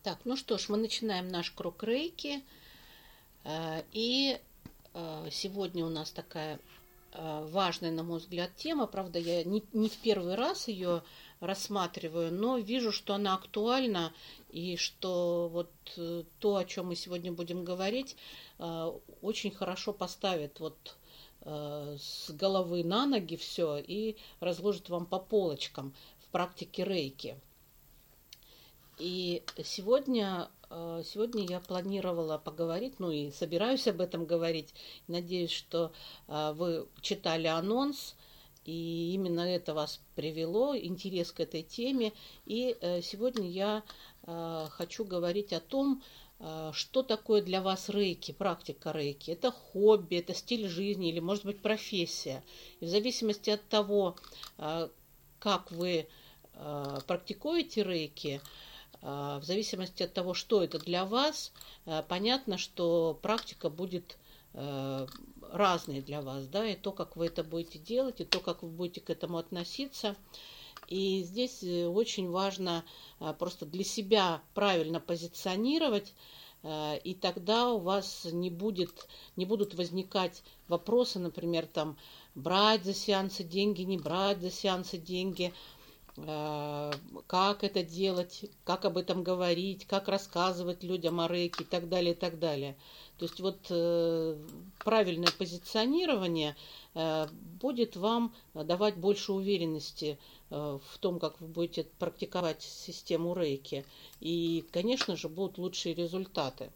Так, ну что ж, мы начинаем наш круг рейки. И сегодня у нас такая важная, на мой взгляд, тема. Правда, я не в первый раз ее рассматриваю, но вижу, что она актуальна, и что вот то, о чем мы сегодня будем говорить, очень хорошо поставит вот с головы на ноги все и разложит вам по полочкам в практике рейки. И сегодня я планировала поговорить, ну и собираюсь об этом говорить. Надеюсь, что вы читали анонс, и именно это вас привело, интерес к этой теме. И сегодня я хочу говорить о том, что такое для вас рейки, практика рейки. Это хобби, это стиль жизни или, может быть, профессия. И в зависимости от того, как вы практикуете рейки, в зависимости от того, что это для вас, понятно, что практика будет разной для вас, да, и то, как вы это будете делать, и то, как вы будете к этому относиться. И здесь очень важно просто для себя правильно позиционировать, и тогда у вас не будут возникать вопросы, например, там, брать за сеансы деньги, не брать за сеансы деньги, как это делать, как об этом говорить, как рассказывать людям о рейке и так далее, и так далее. То есть вот правильное позиционирование будет вам давать больше уверенности в том, как вы будете практиковать систему рейки. И, конечно же, будут лучшие результаты.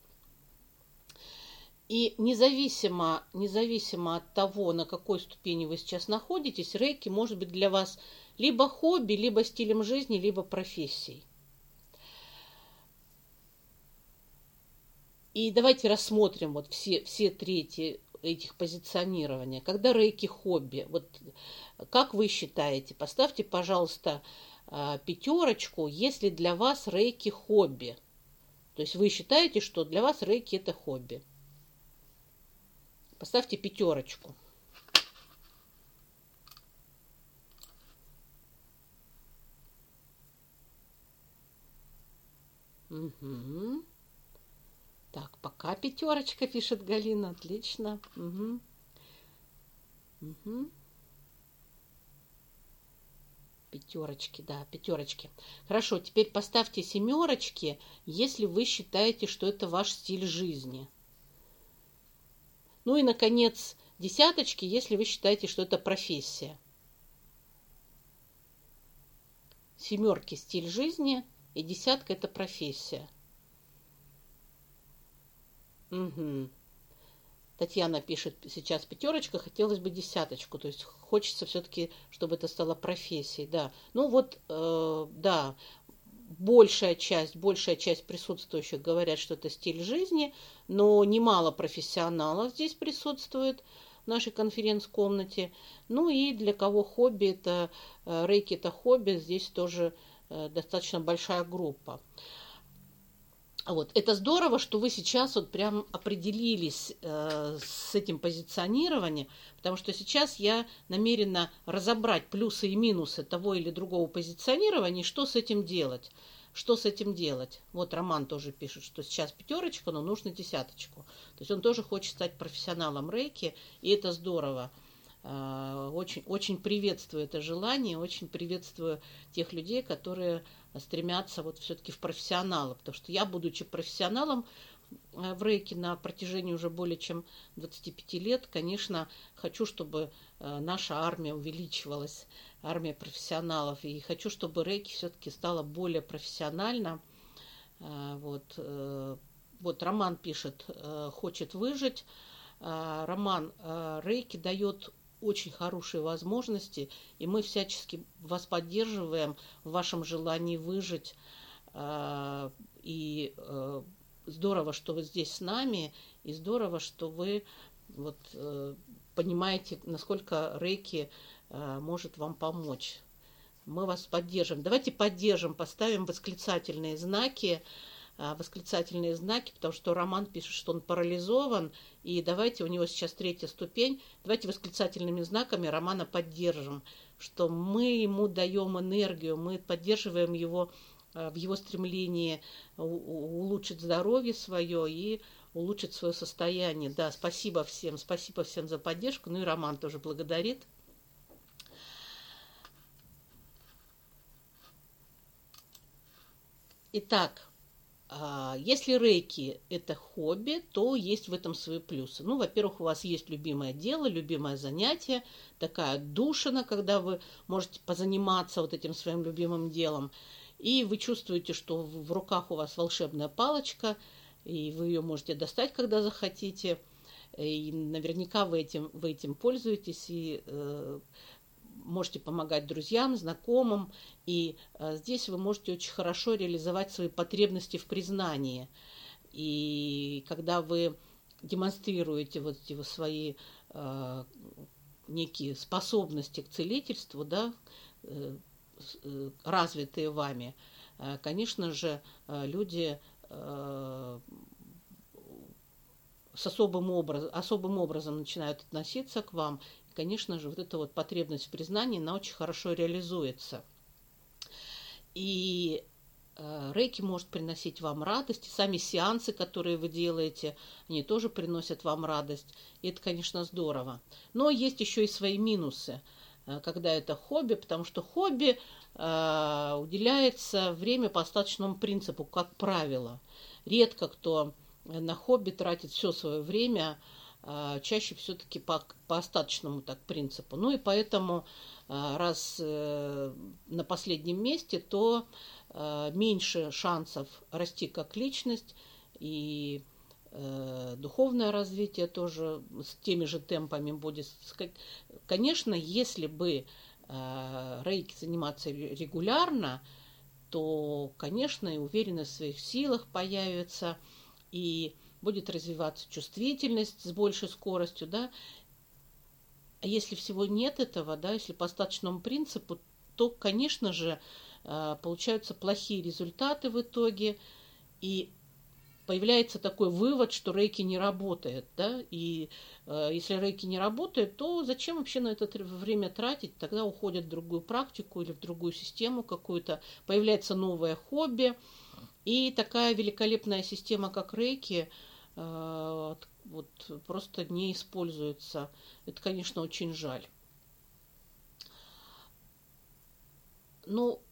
И независимо от того, на какой ступени вы сейчас находитесь, рейки может быть для вас либо хобби, либо стилем жизни, либо профессией. И давайте рассмотрим вот все три этих позиционирования. Когда рейки хобби, вот как вы считаете, поставьте, пожалуйста, 5, если для вас рейки хобби. То есть вы считаете, что для вас рейки это хобби. Поставьте 5. Угу. Так, пока 5, пишет Галина. Отлично. Угу. Угу. 5, да, 5. Хорошо, теперь поставьте 7, если вы считаете, что это ваш стиль жизни. Ну и, наконец, 10, если вы считаете, что это профессия. 7 стиль жизни, и 10 это профессия. Угу. Татьяна пишет сейчас 5, хотелось бы 10, то есть хочется все-таки, чтобы это стало профессией, да. Ну вот, да, большая часть присутствующих говорят, что это стиль жизни, но немало профессионалов здесь присутствует в нашей конференц-комнате. Ну и для кого хобби, это рейки, это хобби, здесь тоже достаточно большая группа. Вот. Это здорово, что вы сейчас вот прям определились с этим позиционированием, потому что сейчас я намерена разобрать плюсы и минусы того или другого позиционирования, и что с этим делать. Что с этим делать? Вот Роман тоже пишет, что сейчас 5, но нужно 10. То есть он тоже хочет стать профессионалом рейки, и это здорово. Очень, очень приветствую это желание, очень приветствую тех людей, которые стремятся вот все-таки в профессионалы, потому что я, будучи профессионалом в рейке на протяжении уже более чем 25 лет, конечно, хочу, чтобы наша армия увеличивалась, армия профессионалов, и хочу, чтобы рейки все-таки стала более профессионально. Вот Роман пишет, хочет выжить. Роман, рейки дает очень хорошие возможности, и мы всячески вас поддерживаем в вашем желании выжить. И здорово, что вы здесь с нами, и здорово, что вы вот, понимаете, насколько рейки может вам помочь. Мы вас поддержим. Давайте поддержим, поставим восклицательные знаки, потому что Роман пишет, что он парализован, и давайте, у него сейчас 3 ступень, давайте восклицательными знаками Романа поддержим, что мы ему даем энергию, мы поддерживаем его в его стремлении улучшить здоровье свое и улучшить свое состояние. Да, спасибо всем за поддержку. Ну и Роман тоже благодарит. Итак, если рейки – это хобби, то есть в этом свои плюсы. Ну, во-первых, у вас есть любимое дело, любимое занятие, такая отдушина, когда вы можете позаниматься вот этим своим любимым делом, и вы чувствуете, что в руках у вас волшебная палочка, и вы ее можете достать, когда захотите, и наверняка вы этим пользуетесь, и можете помогать друзьям, знакомым, и здесь вы можете очень хорошо реализовать свои потребности в признании. И когда вы демонстрируете вот эти свои некие способности к целительству, да, развитые вами, конечно же, люди особым образом начинают относиться к вам. И, конечно же, вот эта вот потребность в признании, она очень хорошо реализуется. И рейки может приносить вам радость, и сами сеансы, которые вы делаете, они тоже приносят вам радость. И это, конечно, здорово. Но есть еще и свои минусы, когда это хобби, потому что хобби уделяется время по остаточному принципу, как правило. Редко кто на хобби тратит все свое время, чаще все-таки по остаточному так принципу. Ну и поэтому, раз на последнем месте, то меньше шансов расти как личность, и духовное развитие тоже с теми же темпами будет. Конечно, если бы рейки заниматься регулярно, то, конечно, и уверенность в своих силах появится, и будет развиваться чувствительность с большей скоростью, да. А если всего нет этого, да, если по остаточному принципу, то, конечно же, получаются плохие результаты в итоге, и появляется такой вывод, что рейки не работает, да, и если рейки не работает, то зачем вообще на это время тратить? Тогда уходят в другую практику или в другую систему какую-то, появляется новое хобби, и такая великолепная система, как рейки, вот просто не используется. Это, конечно, очень жаль. Ну,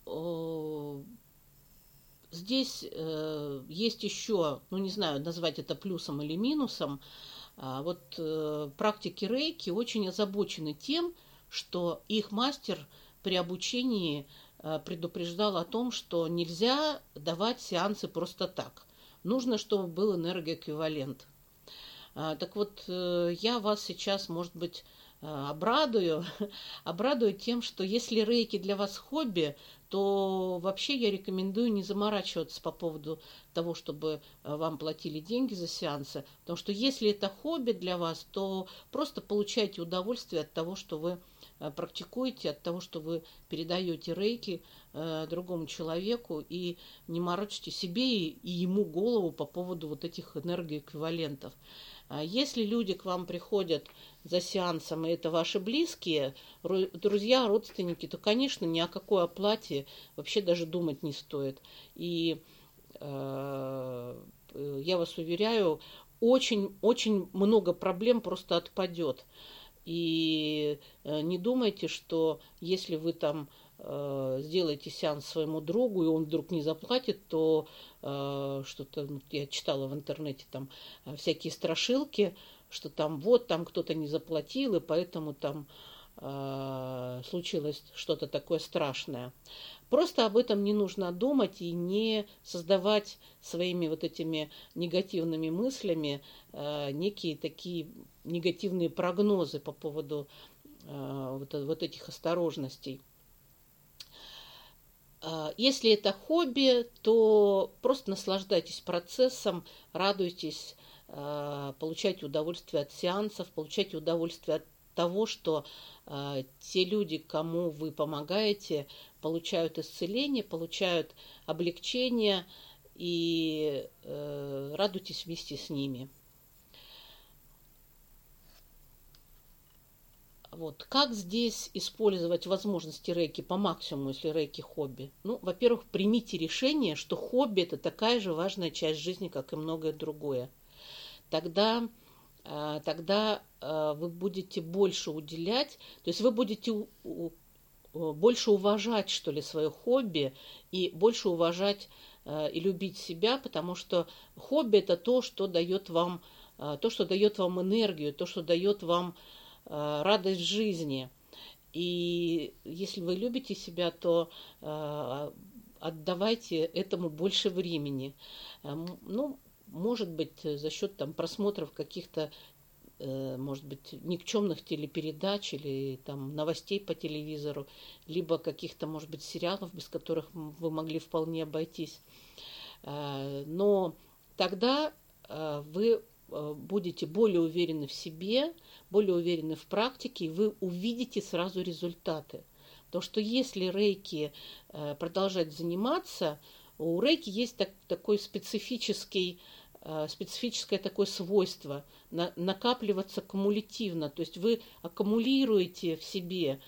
здесь есть еще, ну не знаю, назвать это плюсом или минусом. Вот практики рейки очень озабочены тем, что их мастер при обучении предупреждал о том, что нельзя давать сеансы просто так. Нужно, чтобы был энергоэквивалент. Так вот, я вас сейчас, может быть, обрадую тем, что если рейки для вас хобби, то вообще я рекомендую не заморачиваться по поводу того, чтобы вам платили деньги за сеансы. Потому что если это хобби для вас, то просто получайте удовольствие от того, что вы практикуете, от того, что вы передаете рейки другому человеку, и не морочите себе и ему голову по поводу вот этих энергоэквивалентов. Если люди к вам приходят за сеансом, и это ваши близкие, друзья, родственники, то, конечно, ни о какой оплате вообще даже думать не стоит. И я вас уверяю, очень много проблем просто отпадет. И не думайте, что если вы там сделаете сеанс своему другу, и он вдруг не заплатит, то что-то, я читала в интернете там всякие страшилки, что там вот там кто-то не заплатил, и поэтому там случилось что-то такое страшное. Просто об этом не нужно думать и не создавать своими вот этими негативными мыслями некие такие негативные прогнозы по поводу вот этих осторожностей. Если это хобби, то просто наслаждайтесь процессом, радуйтесь, получайте удовольствие от сеансов, получайте удовольствие от того, что те люди, кому вы помогаете, получают исцеление, получают облегчение, и радуйтесь вместе с ними. Вот. Как здесь использовать возможности рейки по максимуму, если рейки хобби? Ну, во-первых, примите решение, что хобби – это такая же важная часть жизни, как и многое другое. Тогда, тогда вы будете больше уделять, то есть вы будете больше уважать, что ли, свое хобби и больше уважать и любить себя, потому что хобби – это то, что дает вам энергию, то, что дает вам радость жизни. И если вы любите себя, то отдавайте этому больше времени. Ну, может быть, за счет там просмотров каких-то, может быть, никчемных телепередач или там новостей по телевизору, либо каких-то, может быть, сериалов, без которых вы могли вполне обойтись. Но тогда вы будете более уверены в себе, более уверены в практике, и вы увидите сразу результаты. Потому что если рейки продолжать заниматься, у рейки есть такое специфическое такое свойство накапливаться кумулятивно. То есть вы аккумулируете в себе,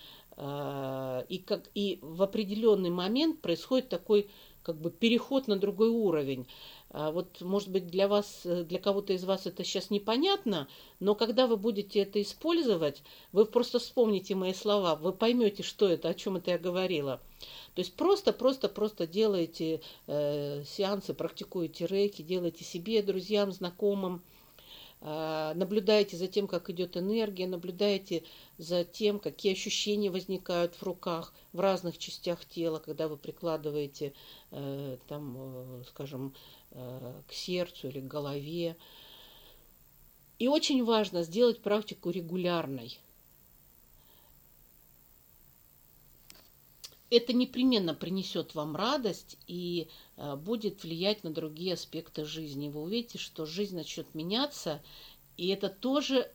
и в определенный момент происходит такой как бы переход на другой уровень. Вот, может быть, для вас, для кого-то из вас это сейчас непонятно, но когда вы будете это использовать, вы просто вспомните мои слова, вы поймете, что это, о чем это я говорила. То есть просто делаете сеансы, практикуете рейки, делаете себе, друзьям, знакомым, наблюдаете за тем, как идет энергия, наблюдаете за тем, какие ощущения возникают в руках, в разных частях тела, когда вы прикладываете, скажем, к сердцу или к голове. И очень важно сделать практику регулярной. Это непременно принесет вам радость и будет влиять на другие аспекты жизни. Вы увидите, что жизнь начнет меняться, и это тоже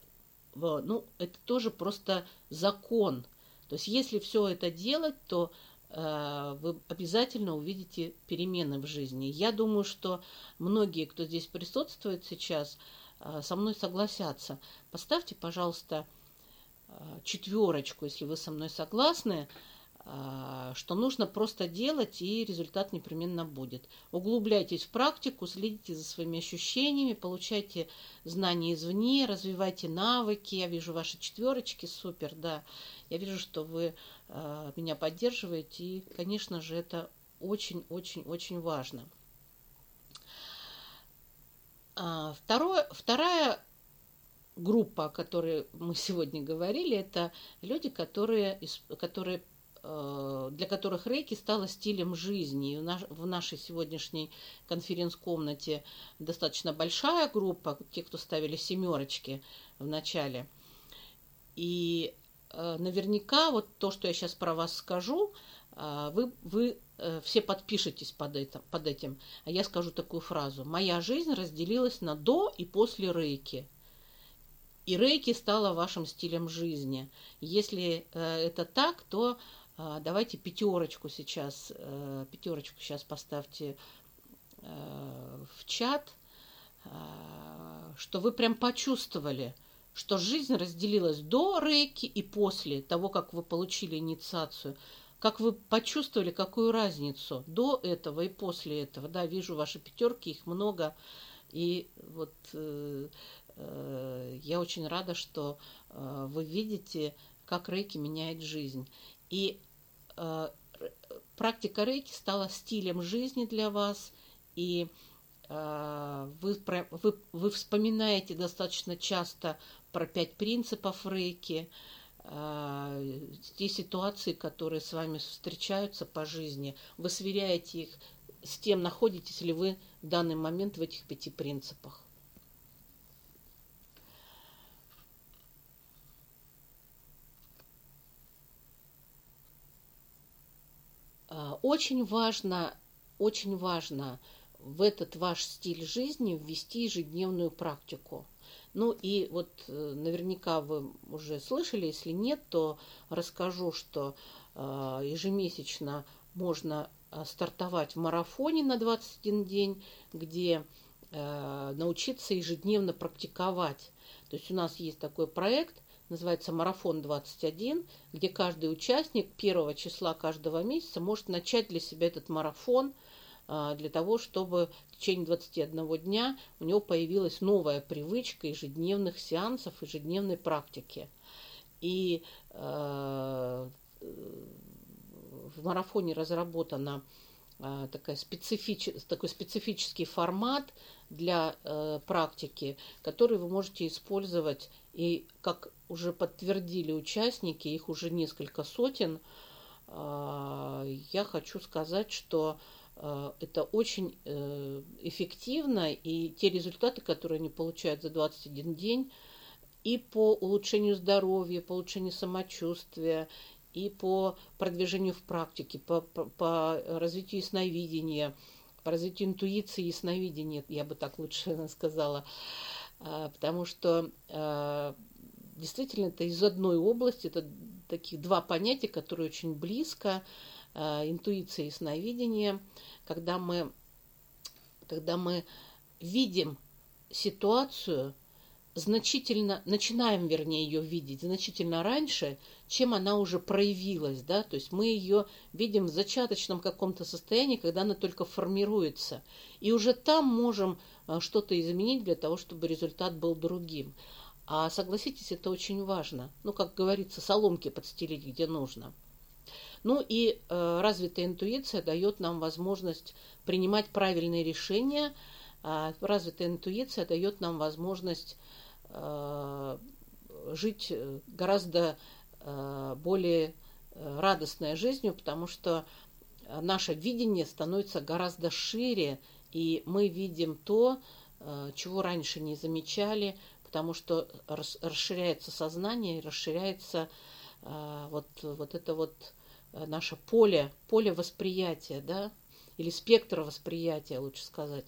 просто закон. То есть если все это делать, то вы обязательно увидите перемены в жизни. Я думаю, что многие, кто здесь присутствует сейчас, со мной согласятся. Поставьте, пожалуйста, 4, если вы со мной согласны, что нужно просто делать, и результат непременно будет. Углубляйтесь в практику, следите за своими ощущениями, получайте знания извне, развивайте навыки. Я вижу ваши 4, супер, да. Я вижу, что вы меня поддерживаете, и, конечно же, это очень-очень-очень важно. Вторая группа, о которой мы сегодня говорили, это люди, для которых рейки стало стилем жизни. И в нашей сегодняшней конференц-комнате достаточно большая группа, те, кто ставили 7 в начале. И наверняка вот то, что я сейчас про вас скажу, вы все подпишетесь под этим. А я скажу такую фразу. Моя жизнь разделилась на до и после рейки. И рейки стало вашим стилем жизни. Если это так, то давайте 5 сейчас поставьте в чат, что вы прям почувствовали, что жизнь разделилась до рейки и после того, как вы получили инициацию. Как вы почувствовали, какую разницу до этого и после этого. Да, вижу ваши 5, их много. И вот я очень рада, что вы видите, как рейки меняет жизнь. И практика рейки стала стилем жизни для вас, и вы вспоминаете достаточно часто про 5 принципов рейки, те ситуации, которые с вами встречаются по жизни, вы сверяете их с тем, находитесь ли вы в данный момент в этих 5 принципах. Очень важно в этот ваш стиль жизни ввести ежедневную практику. Ну и вот наверняка вы уже слышали, если нет, то расскажу, что ежемесячно можно стартовать в марафоне на 21 день, где научиться ежедневно практиковать. То есть у нас есть такой проект называется «Марафон 21», где каждый участник 1 числа каждого месяца может начать для себя этот марафон для того, чтобы в течение 21 дня у него появилась новая привычка ежедневных сеансов, ежедневной практики. И в марафоне разработана такой специфический формат для практики, который вы можете использовать. И, как уже подтвердили участники, их уже несколько сотен, я хочу сказать, что это очень эффективно, и те результаты, которые они получают за 21 день, и по улучшению здоровья, по улучшению самочувствия, и по продвижению в практике, по развитию ясновидения, по развитию интуиции и ясновидения, я бы так лучше сказала. Потому что действительно это из одной области, это таких два понятия, которые очень близко, интуиция и ясновидение, когда мы видим ситуацию, начинаем, вернее, ее видеть значительно раньше, чем она уже проявилась, да, то есть мы ее видим в зачаточном каком-то состоянии, когда она только формируется, и уже там можем что-то изменить для того, чтобы результат был другим. А согласитесь, это очень важно. Ну, как говорится, соломки подстелить где нужно. Ну и развитая интуиция дает нам возможность принимать правильные решения. Развитая интуиция дает нам возможность жить гораздо более радостной жизнью, потому что наше видение становится гораздо шире, и мы видим то, чего раньше не замечали, потому что расширяется сознание, расширяется вот это вот наше поле восприятия, да, или спектр восприятия, лучше сказать.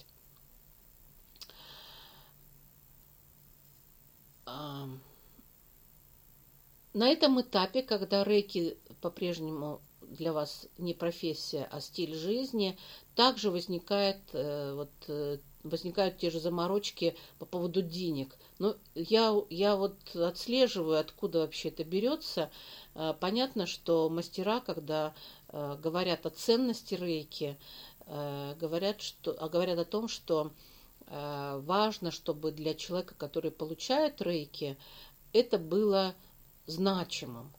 На этом этапе, когда рейки по-прежнему для вас не профессия, а стиль жизни, также возникают те же заморочки по поводу денег. Но я вот отслеживаю, откуда вообще это берется. Понятно, что мастера, когда говорят о ценности рейки, говорят о том, что важно, чтобы для человека, который получает рейки, это было значимым.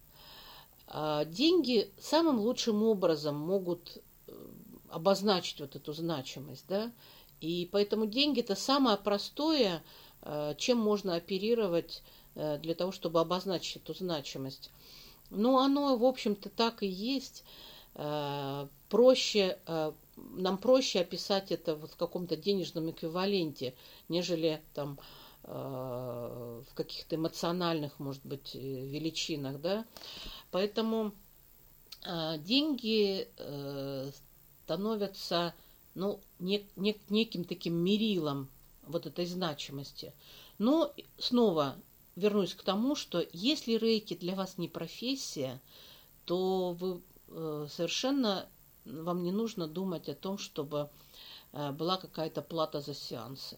Деньги самым лучшим образом могут обозначить вот эту значимость, да, и поэтому деньги – это самое простое, чем можно оперировать для того, чтобы обозначить эту значимость. Но оно, в общем-то, так и есть. Нам проще описать это в каком-то денежном эквиваленте, нежели там в каких-то эмоциональных, может быть, величинах, да. Поэтому деньги становятся, ну, неким таким мерилом вот этой значимости. Но снова вернусь к тому, что если рейки для вас не профессия, то вы совершенно вам не нужно думать о том, чтобы была какая-то плата за сеансы.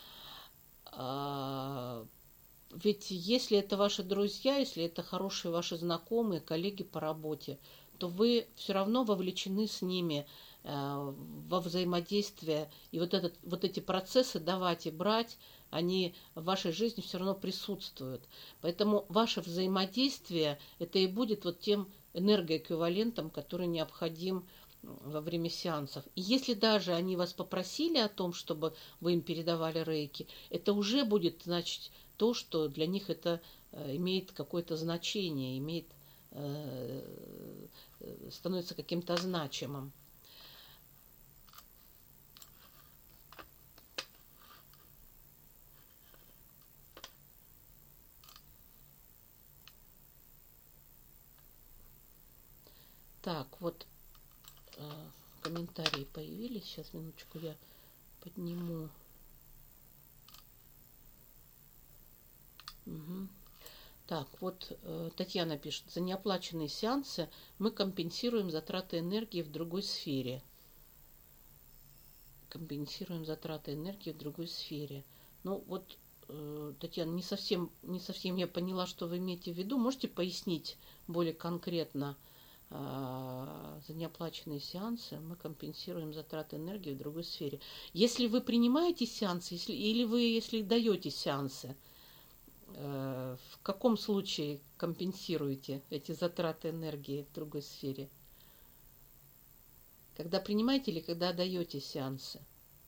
Ведь если это ваши друзья, если это хорошие ваши знакомые, коллеги по работе, то вы все равно вовлечены с ними во взаимодействие. И вот эти процессы давать и брать, они в вашей жизни все равно присутствуют. Поэтому ваше взаимодействие – это и будет вот тем энергоэквивалентом, который необходим во время сеансов. И если даже они вас попросили о том, чтобы вы им передавали рейки, это уже будет значить то, что для них это имеет какое-то значение, становится каким-то значимым. Так, вот комментарии появились. Сейчас, минуточку, я подниму. Угу. Так, вот Татьяна пишет: за неоплаченные сеансы мы компенсируем затраты энергии в другой сфере. Ну, вот Татьяна, не совсем я поняла, что вы имеете в виду. Можете пояснить более конкретно? За неоплаченные сеансы мы компенсируем затраты энергии в другой сфере. Если вы принимаете сеансы, если даете сеансы, в каком случае компенсируете эти затраты энергии в другой сфере? Когда принимаете или когда даете сеансы?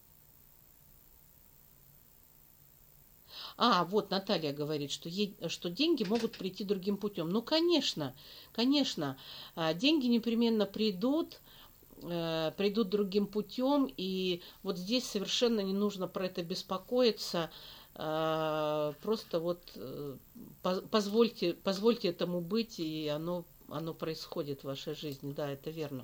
Вот Наталья говорит, что деньги могут прийти другим путем. Ну, конечно, конечно, деньги непременно придут другим путем, и вот здесь совершенно не нужно про это беспокоиться. Просто вот позвольте этому быть, и оно происходит в вашей жизни. Да, это верно.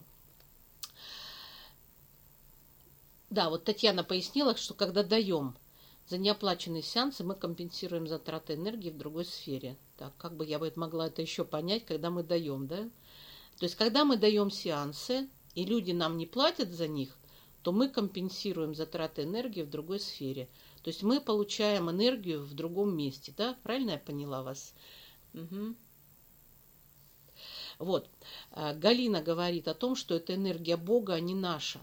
Да, вот Татьяна пояснила, что когда даем за неоплаченные сеансы, мы компенсируем затраты энергии в другой сфере. Так, как бы я могла это еще понять, когда мы даем, да? То есть, когда мы даем сеансы, и люди нам не платят за них, то мы компенсируем затраты энергии в другой сфере. То есть, мы получаем энергию в другом месте, да? Правильно я поняла вас? Угу. Вот. Галина говорит о том, что это энергия Бога, а не наша.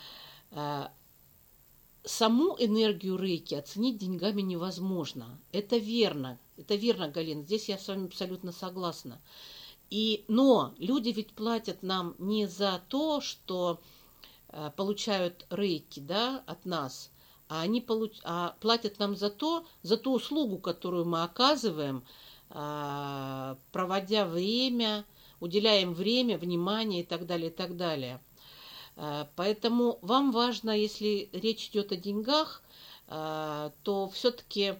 Саму энергию рейки оценить деньгами невозможно. Это верно, Галина, здесь я с вами абсолютно согласна. Но люди ведь платят нам не за то, что получают рейки, да, от нас, они платят нам за ту услугу, которую мы оказываем, проводя время, уделяем время, внимание и так далее, и так далее. Поэтому вам важно, если речь идет о деньгах, то все-таки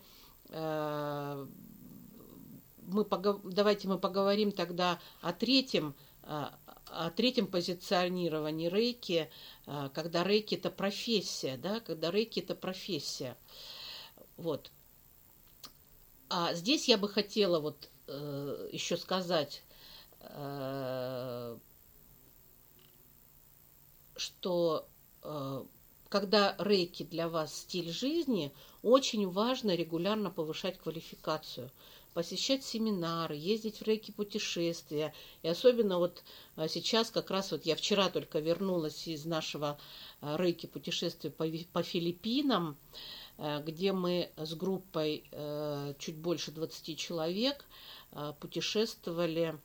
давайте мы поговорим тогда о третьем позиционировании рейки, когда рейки это профессия, да, когда рейки это профессия. Вот. А здесь я бы хотела вот еще сказать, что когда рейки для вас стиль жизни, очень важно регулярно повышать квалификацию, посещать семинары, ездить в рейки-путешествия. И особенно вот сейчас как раз вот я вчера только вернулась из нашего рейки-путешествия по Филиппинам, где мы с группой чуть больше 20 человек путешествовали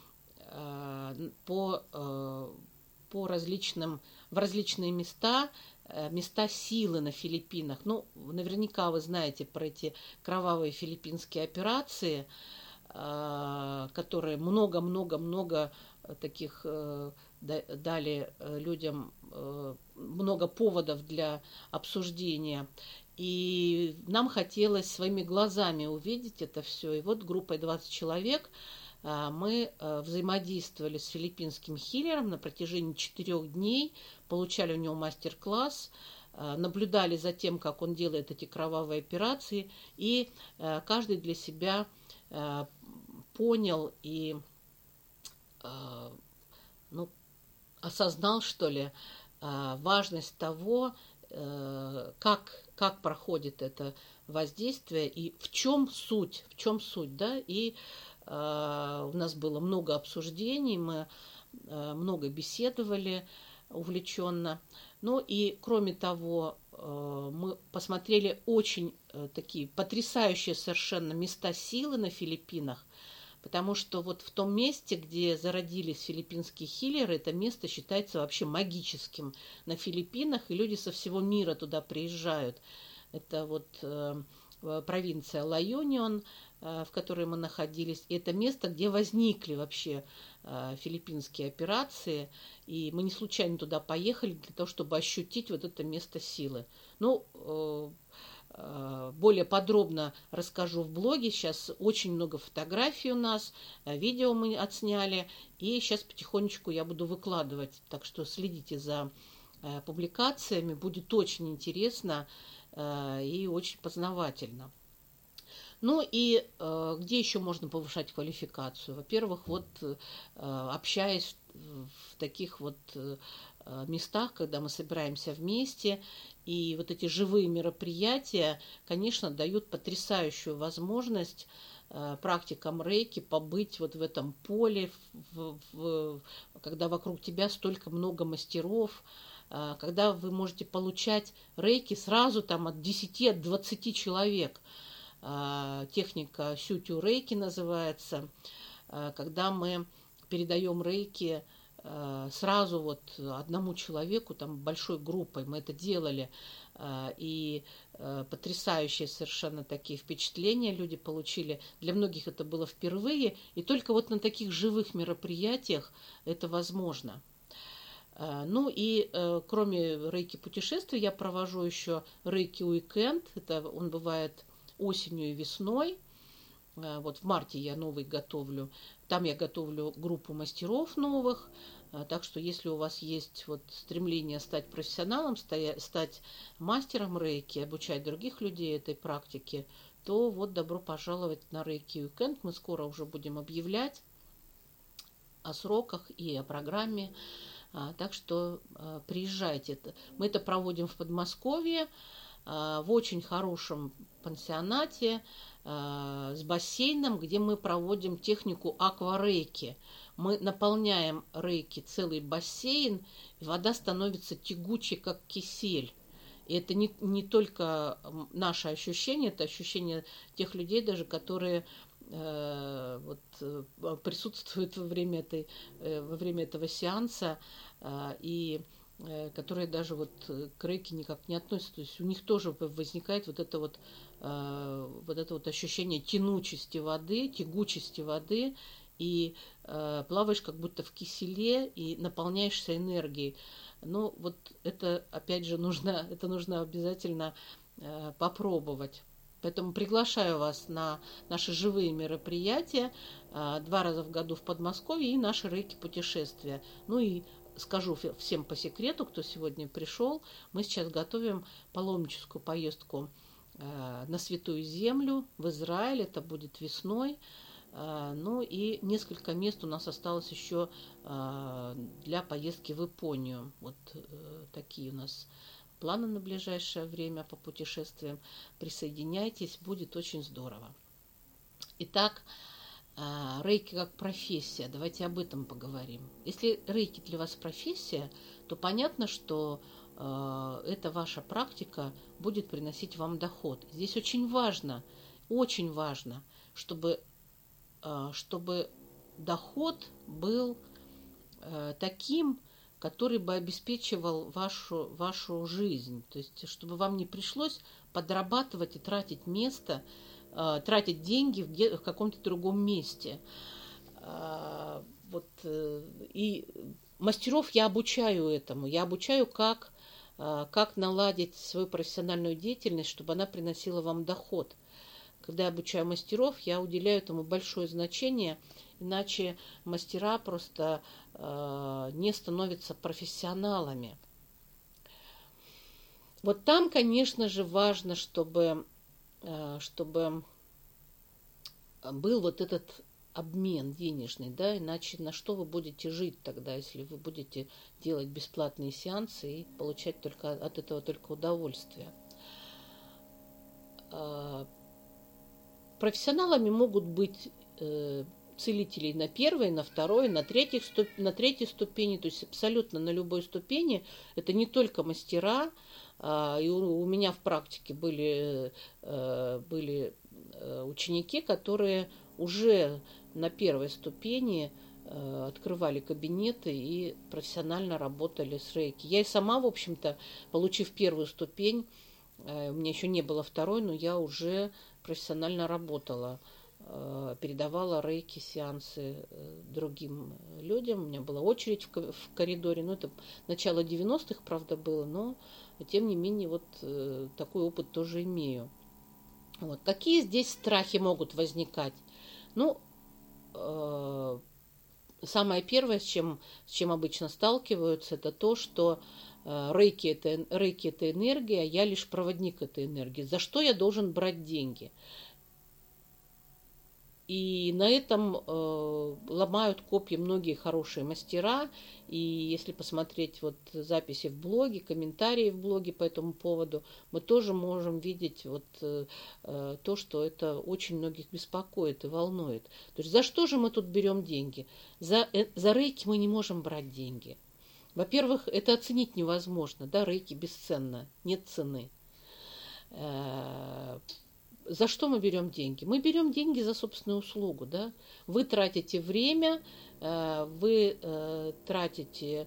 в различные места силы на Филиппинах. Ну, наверняка вы знаете про эти кровавые филиппинские операции, которые много-много-много таких дали людям, много поводов для обсуждения. И нам хотелось своими глазами увидеть это все. И вот группой 20 человек мы взаимодействовали с филиппинским хиллером на протяжении 4 дней, получали у него мастер-класс, наблюдали за тем, как он делает эти кровавые операции, и каждый для себя понял и осознал, что ли, важность того, как проходит это воздействие и в чем суть, да, и у нас было много обсуждений, мы много беседовали увлеченно. Ну и кроме того, мы посмотрели очень такие потрясающие совершенно места силы на Филиппинах, потому что вот в том месте, где зародились филиппинские хиллеры, это место считается вообще магическим на Филиппинах, и люди со всего мира туда приезжают. Это вот провинция Ла-Юнион, в которой мы находились. И это место, где возникли вообще филиппинские операции. И мы не случайно туда поехали для того, чтобы ощутить вот это место силы. Ну, более подробно расскажу в блоге. Сейчас очень много фотографий у нас, видео мы отсняли. И сейчас потихонечку я буду выкладывать. Так что следите за публикациями. Будет очень интересно и очень познавательно. Ну и где еще можно повышать квалификацию? Во-первых, вот общаясь в таких вот местах, когда мы собираемся вместе. И вот эти живые мероприятия, конечно, дают потрясающую возможность практикам рейки побыть вот в этом поле, когда вокруг тебя столько много мастеров, когда вы можете получать рейки сразу там от 10, от 20 человек. Техника сютю рейки называется, когда мы передаем рейки сразу вот одному человеку, там большой группой мы это делали, и потрясающие совершенно такие впечатления люди получили. Для многих это было впервые, и только вот на таких живых мероприятиях это возможно. Ну и кроме рейки путешествий я провожу еще рейки уикенд, это он бывает осенью и весной. Вот в марте я новый готовлю. Там я готовлю группу мастеров новых. Так что если у вас есть вот стремление стать профессионалом, стать мастером рейки, обучать других людей этой практике, то вот добро пожаловать на рейки уикенд. Мы скоро уже будем объявлять о сроках и о программе. Так что приезжайте. Мы это проводим в Подмосковье, в очень хорошем пансионате с бассейном, где мы проводим технику акварейки. Мы наполняем рейки целый бассейн, и вода становится тягучей, как кисель. И это не только наше ощущение, это ощущение тех людей даже, которые присутствуют во время этого сеанса и которые даже вот к рейке никак не относятся. То есть у них тоже возникает вот это вот ощущение тянучести воды, тягучести воды, и плаваешь как будто в киселе и наполняешься энергией. Но вот это, опять же, нужно обязательно попробовать. Поэтому приглашаю вас на наши живые мероприятия 2 раза в году в Подмосковье и наши рейки-путешествия. Ну и скажу всем по секрету, кто сегодня пришел, мы сейчас готовим паломническую поездку на Святую Землю в Израиль, это будет весной. Ну и несколько мест у нас осталось еще для поездки в Японию. Вот такие у нас планы на ближайшее время по путешествиям. Присоединяйтесь, будет очень здорово. Итак, рейки как профессия. Давайте об этом поговорим. Если рейки для вас профессия, то понятно, что эта ваша практика будет приносить вам доход. Здесь очень важно, чтобы доход был таким, который бы обеспечивал вашу жизнь. То есть, чтобы вам не пришлось подрабатывать и тратить деньги в каком-то другом месте. И мастеров я обучаю этому. Я обучаю, как наладить свою профессиональную деятельность, чтобы она приносила вам доход. Когда я обучаю мастеров, я уделяю этому большое значение, иначе мастера просто не становятся профессионалами. Вот там, конечно же, важно, чтобы был вот этот обмен денежный, да, иначе на что вы будете жить тогда, если вы будете делать бесплатные сеансы и получать от этого только удовольствие. Профессионалами могут быть целителей на первой, на второй, на третьей ступени, то есть абсолютно на любой ступени. Это не только мастера. И у меня в практике были ученики, которые уже на первой ступени открывали кабинеты и профессионально работали с рейки. Я и сама, в общем-то, получив первую ступень, у меня еще не было второй, но я уже профессионально работала, передавала рейки сеансы другим людям. У меня была очередь в коридоре, это начало 90-х, правда, было, но тем не менее вот такой опыт тоже имею. Вот. Какие здесь страхи могут возникать? Самое первое, с чем обычно сталкиваются, это то, что рейки это энергия, я лишь проводник этой энергии. За что я должен брать деньги? И на этом ломают копья многие хорошие мастера. И если посмотреть вот записи в блоге, комментарии в блоге по этому поводу, мы тоже можем видеть вот то, что это очень многих беспокоит и волнует. То есть за что же мы тут берем деньги? За рейки мы не можем брать деньги. Во-первых, это оценить невозможно, да, рейки бесценно, нет цены. За что мы берем деньги? Мы берем деньги за собственную услугу, да. Вы тратите время, вы тратите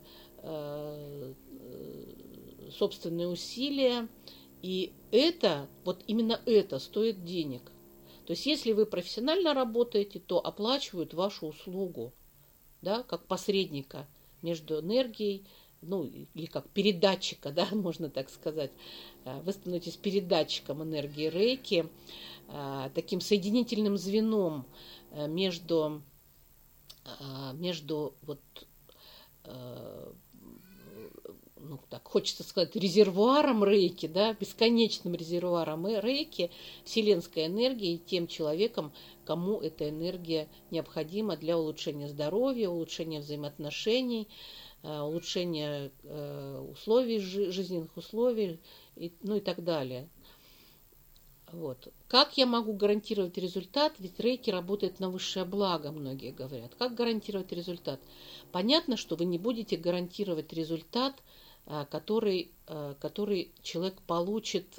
собственные усилия, и это, вот именно это стоит денег. То есть, если вы профессионально работаете, то оплачивают вашу услугу, да, как посредника между энергией, ну, или как передатчика, да, можно так сказать. Вы становитесь передатчиком энергии рейки, таким соединительным звеном между вот, ну, так хочется сказать, резервуаром рейки, да, бесконечным резервуаром рейки, вселенской энергии, и тем человеком, кому эта энергия необходима для улучшения здоровья, улучшения взаимоотношений, улучшения условий, жизненных условий, ну и так далее. Вот. Как я могу гарантировать результат? Ведь рейки работает на высшее благо, многие говорят. Как гарантировать результат? Понятно, что вы не будете гарантировать результат, который человек получит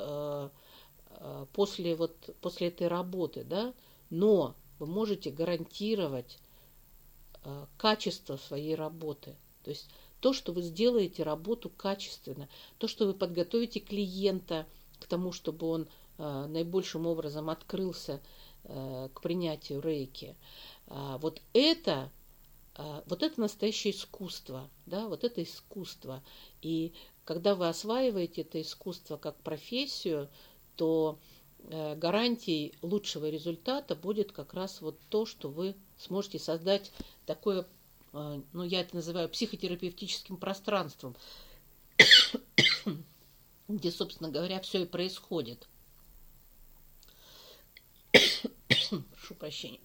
после этой работы, да? Но вы можете гарантировать качество своей работы. То есть то, что вы сделаете работу качественно, то, что вы подготовите клиента к тому, чтобы он наибольшим образом открылся к принятию рейки. Вот это настоящее искусство, да, вот это искусство. И когда вы осваиваете это искусство как профессию, то гарантией лучшего результата будет как раз вот то, что вы сможете создать такое, ну, я это называю психотерапевтическим пространством, где, собственно говоря, все и происходит. Прошу прощения.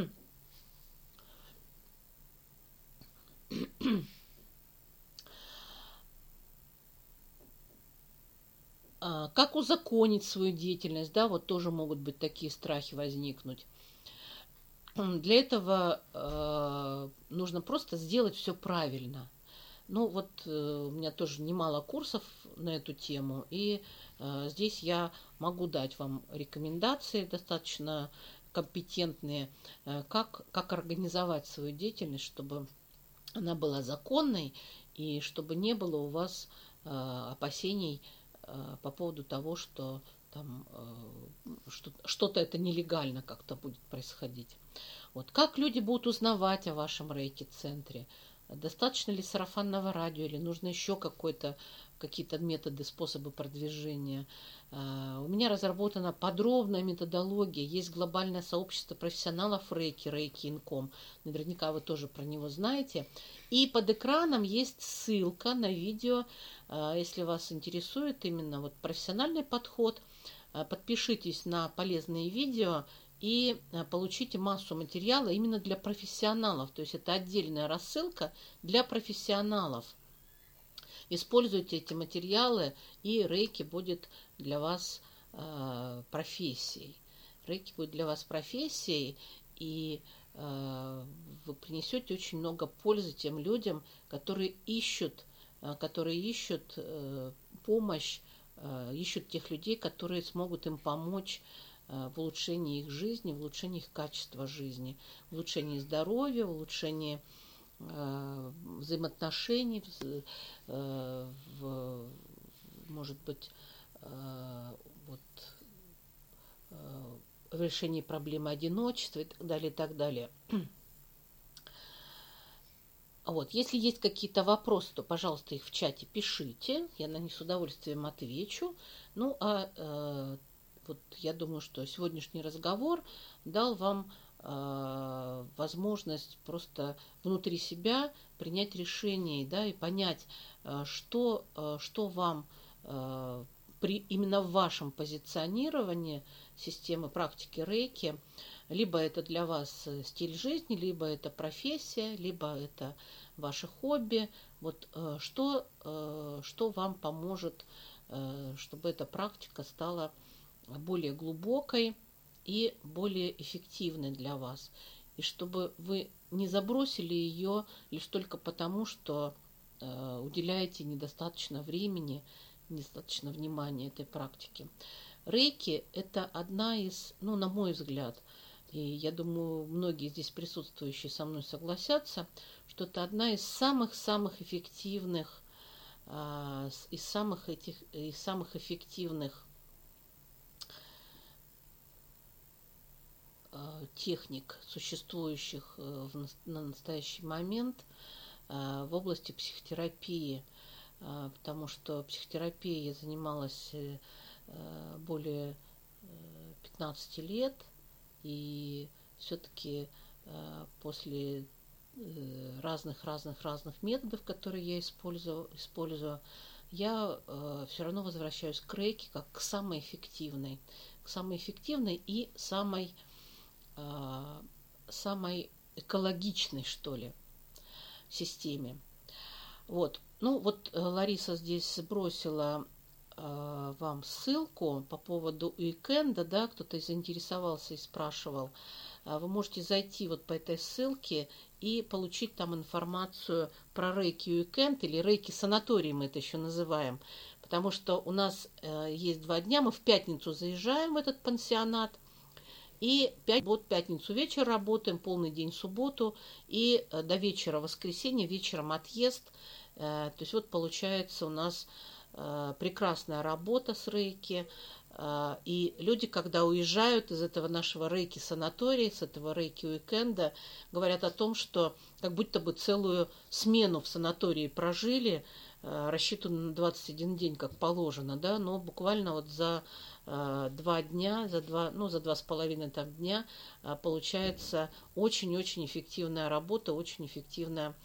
Как узаконить свою деятельность, да, вот тоже могут быть такие страхи возникнуть. Для этого нужно просто сделать все правильно. Ну вот у меня тоже немало курсов на эту тему, и здесь я могу дать вам рекомендации достаточно компетентные, как организовать свою деятельность, чтобы она была законной и чтобы не было у вас опасений по поводу того, что там что-то это нелегально как-то будет происходить. Вот. Как люди будут узнавать о вашем рейки-центре? Достаточно ли сарафанного радио или нужно еще какие-то методы, способы продвижения? У меня разработана подробная методология. Есть глобальное сообщество профессионалов рейки, Reiki.com. Наверняка вы тоже про него знаете. И под экраном есть ссылка на видео. Если вас интересует именно вот профессиональный подход, подпишитесь на полезные видео и получите массу материала именно для профессионалов. То есть это отдельная рассылка для профессионалов. Используйте эти материалы, и рейки будет для вас профессией. Рейки будет для вас профессией, и вы принесете очень много пользы тем людям, которые ищут помощь, ищут тех людей, которые смогут им помочь в улучшении их жизни, в улучшении их качества жизни, в улучшении здоровья, в улучшении взаимоотношений, может быть, вот, в решении проблемы одиночества и так далее, и так далее. Вот, если есть какие-то вопросы, то, пожалуйста, их в чате пишите, я на них с удовольствием отвечу. Ну, вот я думаю, что сегодняшний разговор дал вам возможность просто внутри себя принять решение, да, и понять, что вам именно в вашем позиционировании системы практики рейки, либо это для вас стиль жизни, либо это профессия, либо это ваше хобби. Вот что вам поможет, чтобы эта практика стала более глубокой и более эффективной для вас. И чтобы вы не забросили ее лишь только потому, что уделяете недостаточно времени, недостаточно внимания этой практике. Рейки – это одна из, ну, на мой взгляд, и я думаю, многие здесь присутствующие со мной согласятся, что это одна из самых-самых эффективных, из самых эффективных техник, существующих на настоящий момент в области психотерапии, потому что психотерапией я занималась более 15 лет, и все-таки после разных методов, которые я использую, я все равно возвращаюсь к рейки как к самой эффективной и самой экологичной, что ли, системе. Вот. Ну, вот Лариса здесь сбросила вам ссылку по поводу уикенда, да, кто-то заинтересовался и спрашивал. Вы можете зайти вот по этой ссылке и получить там информацию про рейки уикенд или рейки санаторий, мы это еще называем. Потому что у нас есть 2 дня, мы в пятницу заезжаем в этот пансионат, и в пятницу вечер работаем, полный день в субботу, и до вечера воскресенья, вечером отъезд. То есть вот получается у нас прекрасная работа с рейки. И люди, когда уезжают из этого нашего рейки-санатория, с этого рейки-уикенда, говорят о том, что как будто бы целую смену в санатории прожили, рассчитанную на 21 день, как положено, да, но буквально вот за 2 дня, за 2,5 там дня получается очень-очень эффективная работа, очень эффективная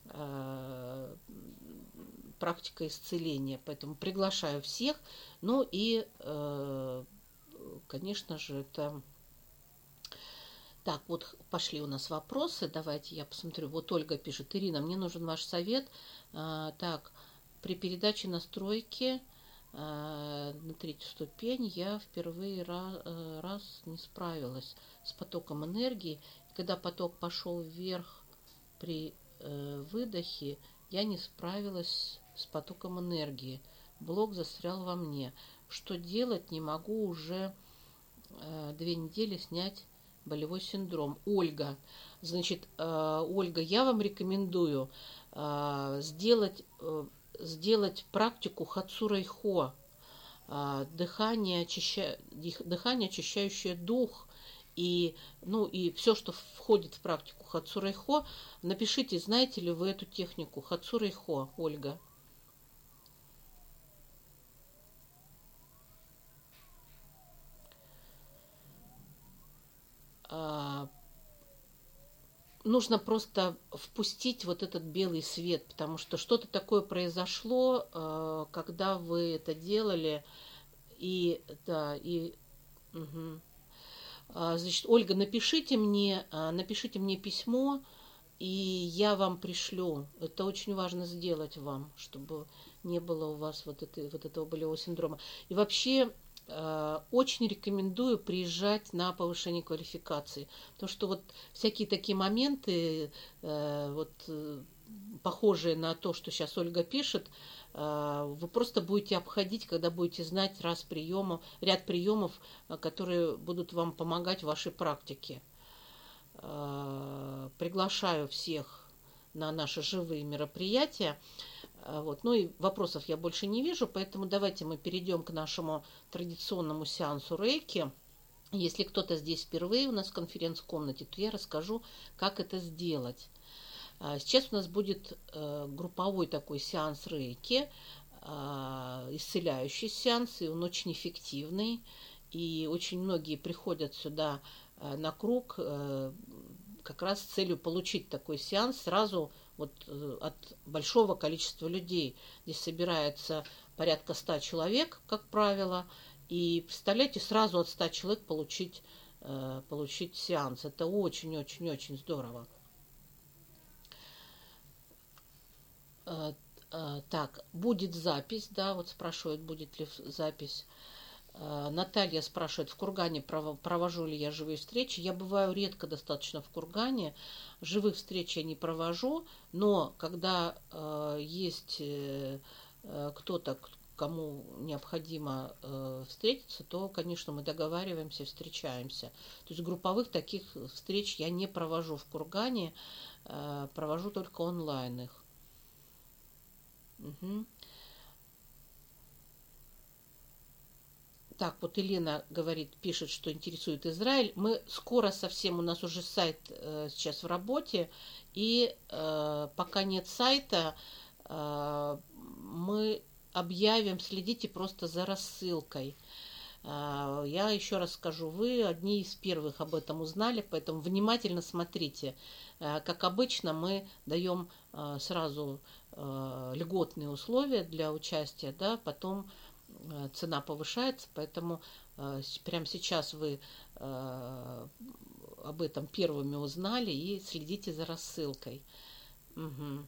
практика исцеления. Поэтому приглашаю всех. Ну и, конечно же, это... Так, вот пошли у нас вопросы. Давайте я посмотрю. Вот Ольга пишет: Ирина, мне нужен ваш совет. Так, при передаче настройки на 3-ю ступень я впервые раз не справилась с потоком энергии. Когда поток пошел вверх при выдохе, я не справилась с потоком энергии. Блок застрял во мне. Что делать? Не могу уже 2 недели снять болевой синдром. Ольга. Значит, Ольга, я вам рекомендую сделать практику Хацу-Рейхо. Дыхание, очищающее дух. И все, что входит в практику Хацу-Рейхо. Напишите, знаете ли вы эту технику Хацу-Рейхо, Ольга. Нужно просто впустить вот этот белый свет, потому что что-то такое произошло, когда вы это делали, угу. Значит, Ольга, напишите мне письмо, и я вам пришлю. Это очень важно сделать вам, чтобы не было у вас вот этого болевого синдрома. И вообще очень рекомендую приезжать на повышение квалификации. Потому что вот всякие такие моменты, похожие на то, что сейчас Ольга пишет, вы просто будете обходить, когда будете знать ряд приемов, которые будут вам помогать в вашей практике. Приглашаю всех на наши живые мероприятия. Ну и вопросов я больше не вижу, поэтому давайте мы перейдем к нашему традиционному сеансу рейки. Если кто-то здесь впервые у нас в конференц-комнате, то я расскажу, как это сделать. Сейчас у нас будет групповой такой сеанс рейки, исцеляющий сеанс, и он очень эффективный. И очень многие приходят сюда на круг как раз с целью получить такой сеанс сразу вот от большого количества людей. Здесь собирается порядка 100 человек, как правило, и представляете, сразу от 100 человек получить сеанс. Это очень-очень-очень здорово. Так, будет запись, да, вот спрашивают, будет ли запись. Наталья спрашивает, в Кургане провожу ли я живые встречи. Я бываю редко достаточно в Кургане. Живых встреч я не провожу, но когда есть кто-то, кому необходимо встретиться, то, конечно, мы договариваемся, встречаемся. То есть групповых таких встреч я не провожу в Кургане, провожу только онлайн их. Угу. Так, вот Елена говорит, пишет, что интересует Израиль. Мы скоро совсем, у нас уже сайт сейчас в работе, и пока нет сайта, мы объявим, следите просто за рассылкой. Я еще раз скажу, вы одни из первых об этом узнали, поэтому внимательно смотрите. Как обычно, мы даем сразу льготные условия для участия, да, потом цена повышается, поэтому прямо сейчас вы об этом первыми узнали и следите за рассылкой. Угу.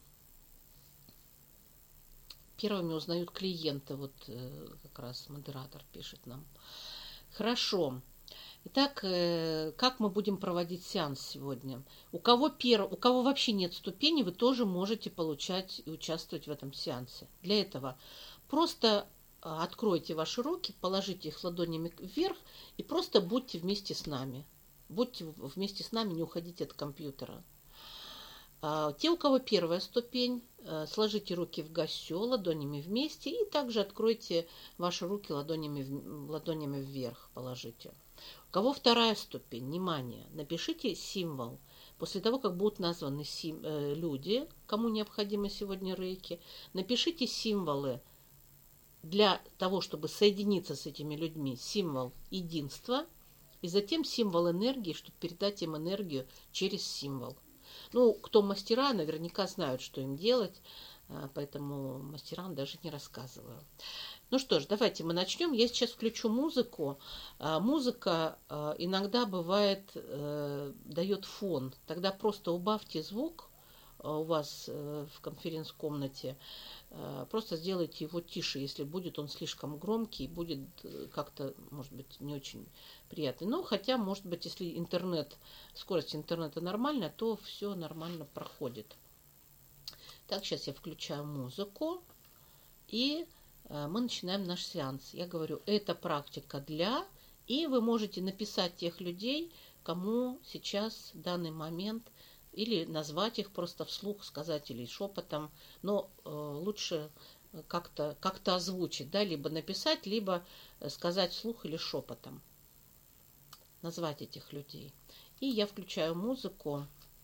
Первыми узнают клиенты, вот как раз модератор пишет нам. Хорошо. Итак, как мы будем проводить сеанс сегодня? У кого вообще нет ступени, вы тоже можете получать и участвовать в этом сеансе. Для этого просто откройте ваши руки, положите их ладонями вверх и просто будьте вместе с нами. Будьте вместе с нами, не уходите от компьютера. Те, у кого первая ступень, сложите руки в гасё ладонями вместе и также откройте ваши руки ладонями вверх, положите. У кого вторая ступень, внимание, напишите символ. После того, как будут названы люди, кому необходимо сегодня рейки, напишите символы для того, чтобы соединиться с этими людьми, символ единства, и затем символ энергии, чтобы передать им энергию через символ. Ну, кто мастера, наверняка знают, что им делать, поэтому мастерам даже не рассказываю. Ну что ж, давайте мы начнем. Я сейчас включу музыку. Музыка иногда бывает, дает фон. Тогда просто убавьте звук у вас в конференц-комнате. Просто сделайте его тише, если будет он слишком громкий, будет как-то, может быть, не очень приятный. Но хотя, может быть, если скорость интернета нормальная, то все нормально проходит. Так, сейчас я включаю музыку, и мы начинаем наш сеанс. Я говорю, это практика и вы можете написать тех людей, кому сейчас в данный момент, или назвать их просто вслух, сказать или шепотом, но лучше как-то озвучить, да, либо написать, либо сказать вслух или шепотом. Назвать этих людей. И я включаю музыку.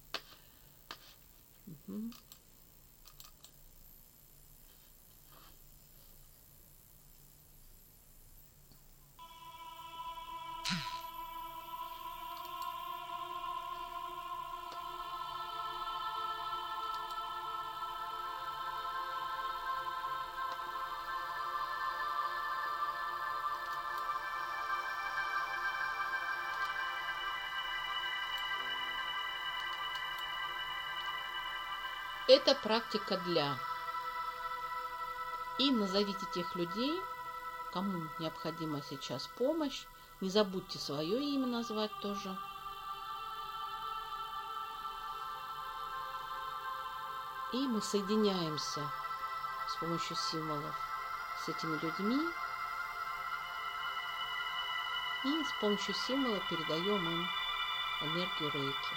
Угу. Это практика И назовите тех людей, кому необходима сейчас помощь. Не забудьте свое имя назвать тоже. И мы соединяемся с помощью символов с этими людьми. И с помощью символа передаем им энергию рейки.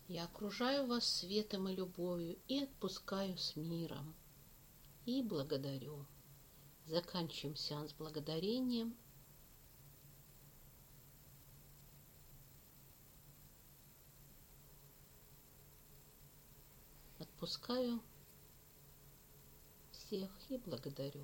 Я окружаю вас светом и любовью и отпускаю с миром. И благодарю. Заканчиваем сеанс благодарением. Отпускаю всех и благодарю.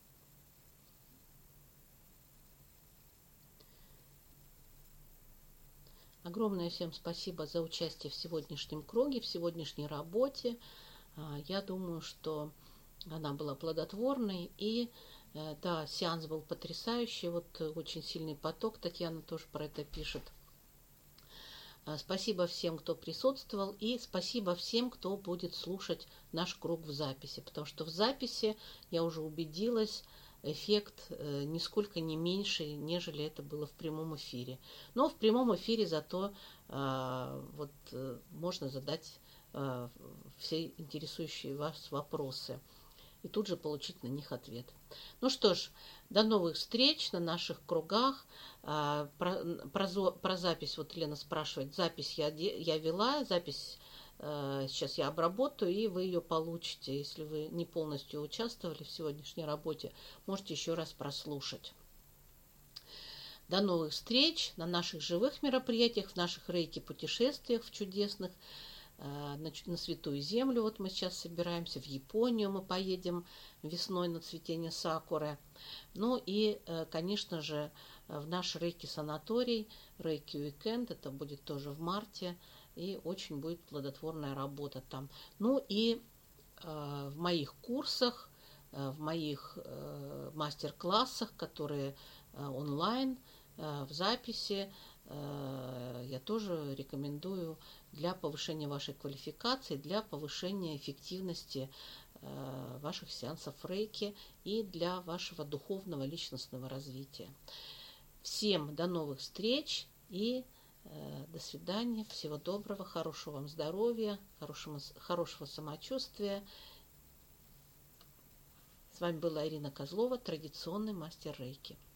Огромное всем спасибо за участие в сегодняшнем круге, в сегодняшней работе. Я думаю, что она была плодотворной. И да, сеанс был потрясающий. Вот очень сильный поток. Татьяна тоже про это пишет. Спасибо всем, кто присутствовал, и спасибо всем, кто будет слушать наш круг в записи, потому что в записи, я уже убедилась, эффект нисколько не меньше, нежели это было в прямом эфире. Но в прямом эфире зато можно задать все интересующие вас вопросы и тут же получить на них ответ. Ну что ж, до новых встреч на наших кругах. Про запись, вот Лена спрашивает, запись я вела, запись сейчас я обработаю, и вы ее получите. Если вы не полностью участвовали в сегодняшней работе, можете еще раз прослушать. До новых встреч на наших живых мероприятиях, в наших рейки-путешествиях в чудесных, на Святую Землю. Вот мы сейчас собираемся, в Японию мы поедем весной на цветение сакуры. Ну и, конечно же, в наш рейки-санаторий, рейки-уикенд, это будет тоже в марте, и очень будет плодотворная работа там. Ну и в моих курсах, в моих мастер-классах, которые онлайн, в записи, я тоже рекомендую для повышения вашей квалификации, для повышения эффективности ваших сеансов рейки и для вашего духовного личностного развития. Всем до новых встреч и до свидания. Всего доброго, хорошего вам здоровья, хорошего самочувствия. С вами была Ирина Козлова, традиционный мастер рейки.